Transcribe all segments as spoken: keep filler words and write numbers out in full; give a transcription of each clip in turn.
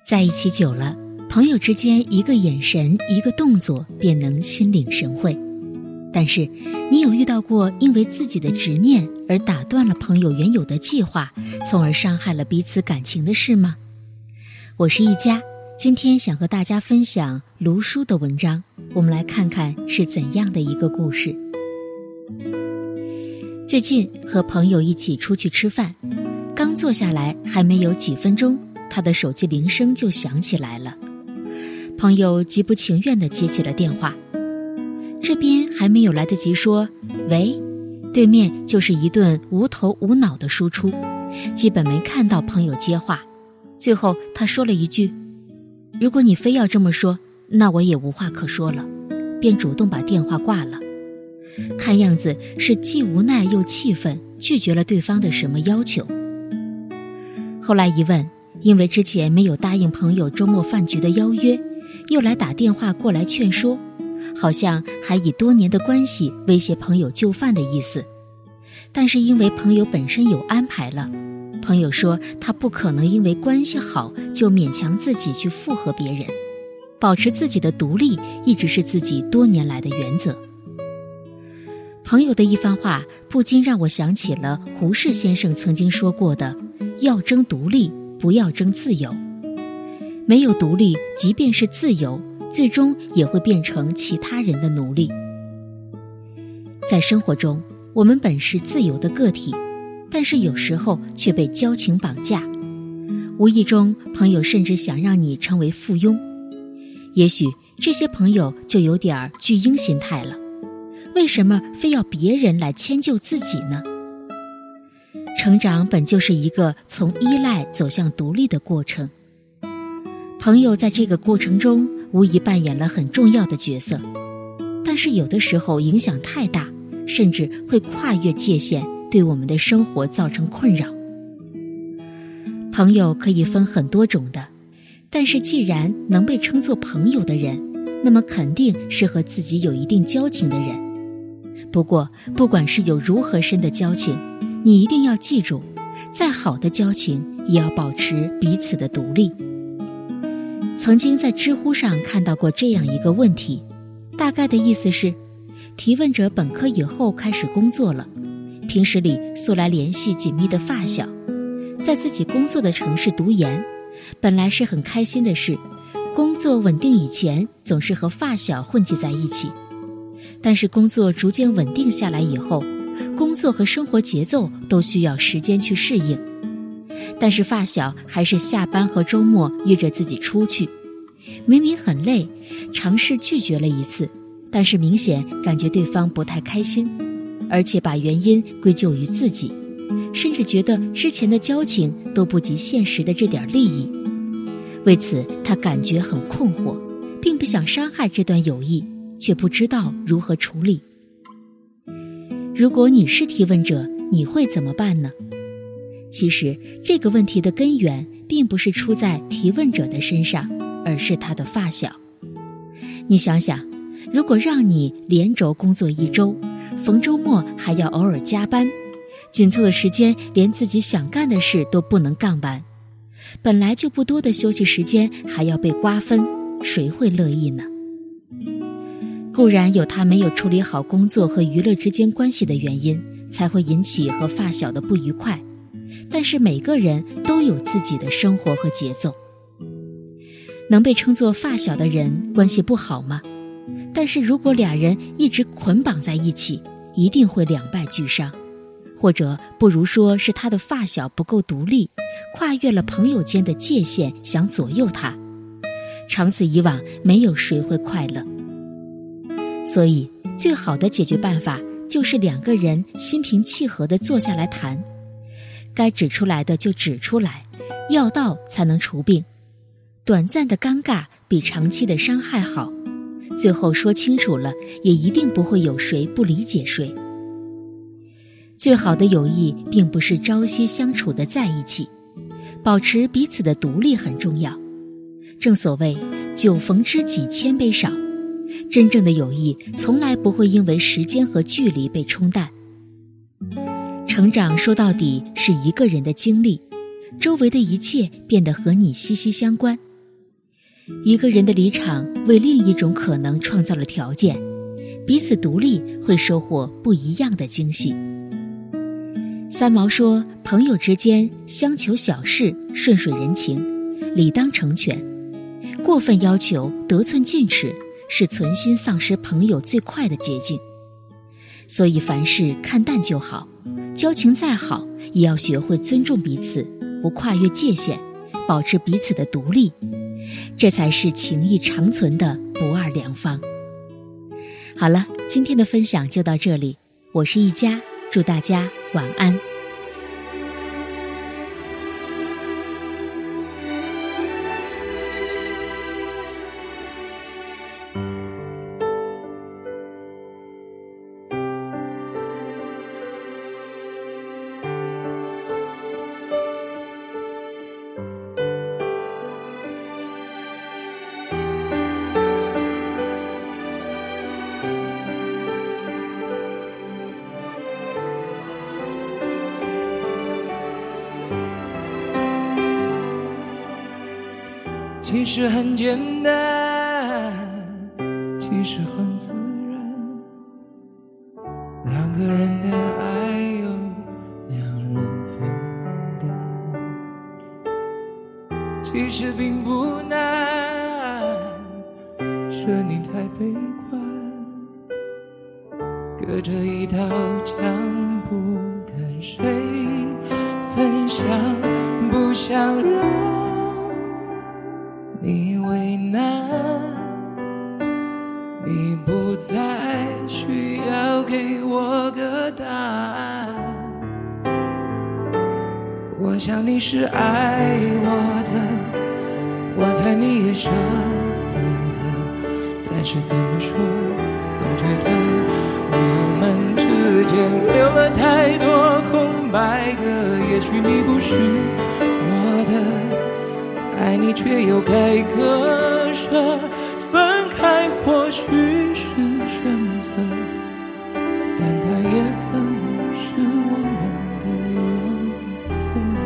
在一起久了，朋友之间一个眼神一个动作便能心领神会。但是你有遇到过因为自己的执念而打断了朋友原有的计划，从而伤害了彼此感情的事吗？我是一佳，今天想和大家分享卢叔的文章，我们来看看是怎样的一个故事。最近和朋友一起出去吃饭，刚坐下来还没有几分钟，他的手机铃声就响起来了。朋友极不情愿地接起了电话，这边还没有来得及说喂，对面就是一顿无头无脑的输出，基本没看到朋友接话。最后他说了一句，如果你非要这么说，那我也无话可说了，便主动把电话挂了。看样子是既无奈又气愤，拒绝了对方的什么要求。后来一问，因为之前没有答应朋友周末饭局的邀约，又来打电话过来劝说，好像还以多年的关系威胁朋友就范的意思。但是因为朋友本身有安排了，朋友说他不可能因为关系好就勉强自己去附和别人，保持自己的独立一直是自己多年来的原则。朋友的一番话不禁让我想起了胡适先生曾经说过的，要争独立，不要争自由。没有独立，即便是自由，最终也会变成其他人的奴隶。在生活中，我们本是自由的个体，但是有时候却被交情绑架。无意中，朋友甚至想让你成为附庸。也许这些朋友就有点巨婴心态了，为什么非要别人来迁就自己呢？成长本就是一个从依赖走向独立的过程，朋友在这个过程中无疑扮演了很重要的角色，但是有的时候影响太大，甚至会跨越界限，对我们的生活造成困扰。朋友可以分很多种的，但是既然能被称作朋友的人，那么肯定是和自己有一定交情的人。不过不管是有如何深的交情，你一定要记住，再好的交情也要保持彼此的独立。曾经在知乎上看到过这样一个问题，大概的意思是，提问者本科以后开始工作了，平时里素来联系紧密的发小，在自己工作的城市读研，本来是很开心的事，工作稳定以前总是和发小混迹在一起。但是工作逐渐稳定下来以后，工作和生活节奏都需要时间去适应。但是发小还是下班和周末约着自己出去，明明很累，尝试拒绝了一次，但是明显感觉对方不太开心，而且把原因归咎于自己，甚至觉得之前的交情都不及现实的这点利益。为此他感觉很困惑，并不想伤害这段友谊，却不知道如何处理。如果你是提问者，你会怎么办呢？其实这个问题的根源并不是出在提问者的身上，而是他的发小。你想想，如果让你连轴工作一周，逢周末还要偶尔加班，紧凑的时间连自己想干的事都不能干完，本来就不多的休息时间还要被瓜分，谁会乐意呢？固然有他没有处理好工作和娱乐之间关系的原因，才会引起和发小的不愉快，但是每个人都有自己的生活和节奏。能被称作发小的人关系不好吗？但是如果俩人一直捆绑在一起，一定会两败俱伤，或者不如说是他的发小不够独立，跨越了朋友间的界限，想左右他，长此以往，没有谁会快乐。所以最好的解决办法就是两个人心平气和地坐下来谈，该指出来的就指出来，要道才能除病。短暂的尴尬比长期的伤害好，最后说清楚了，也一定不会有谁不理解谁。最好的友谊并不是朝夕相处的在一起，保持彼此的独立很重要。正所谓酒逢知己千杯少，真正的友谊从来不会因为时间和距离被冲淡。成长说到底是一个人的经历，周围的一切变得和你息息相关， 一个人的离场为另一种可能创造了条件，彼此独立会收获不一样的惊喜。三毛说，朋友之间相求小事，顺水人情，理当成全。过分要求，得寸进尺，是存心丧失朋友最快的捷径。所以凡事看淡就好，交情再好，也要学会尊重彼此，不跨越界限，保持彼此的独立，这才是情谊长存的不二良方。好了，今天的分享就到这里，我是一佳，祝大家晚安。 其实很简单，其实很自然，两个人的爱由两人分担。其实并不难，是你太悲观，隔着一道墙不跟谁分享，不想让你为难，你不再需要给我个答案。我想你是爱我的，我猜你也舍不得，但是怎么说，总觉得我们之间留了太多空白格。也许你不是我的，爱你却又该割舍，分开或许是选择，但它也可能是我们的缘分。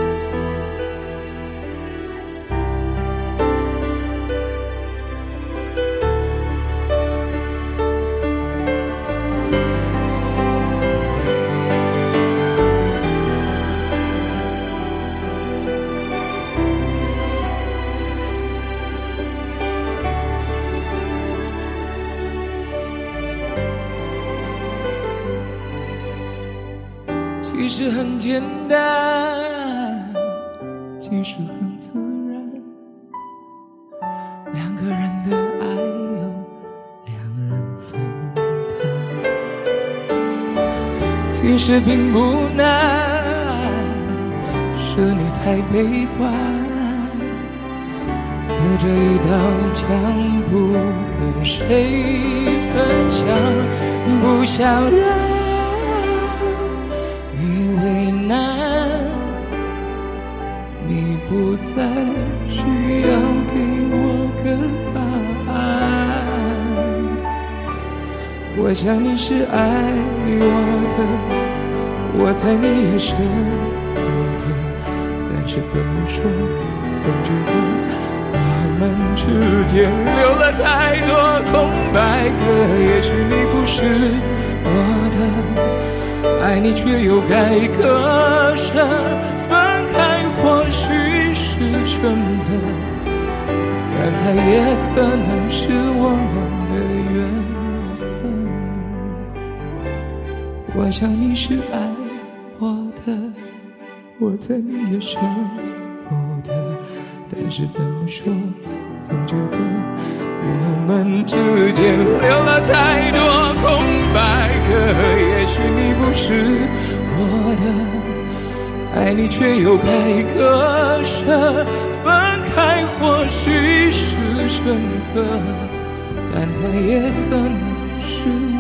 其实很简单，其实很自然，两个人的爱由两人分担。其实并不难，是你太悲观，隔着一道墙不跟谁分享，不想让为难，你不再需要给我个答案。我想你是爱我的，我猜你也舍不得，但是怎么说，总觉得我们之间留了太多空白格。也许你不是我的，爱你却又该割舍，分开或许是选择，但它也可能是我们的缘分。我想你是爱我的，我猜你也舍不得，但是怎么说，总觉得我们之间留了太多空白格。也许你不是我的，爱你却又该割舍，分开或许是选择，但它也可能是我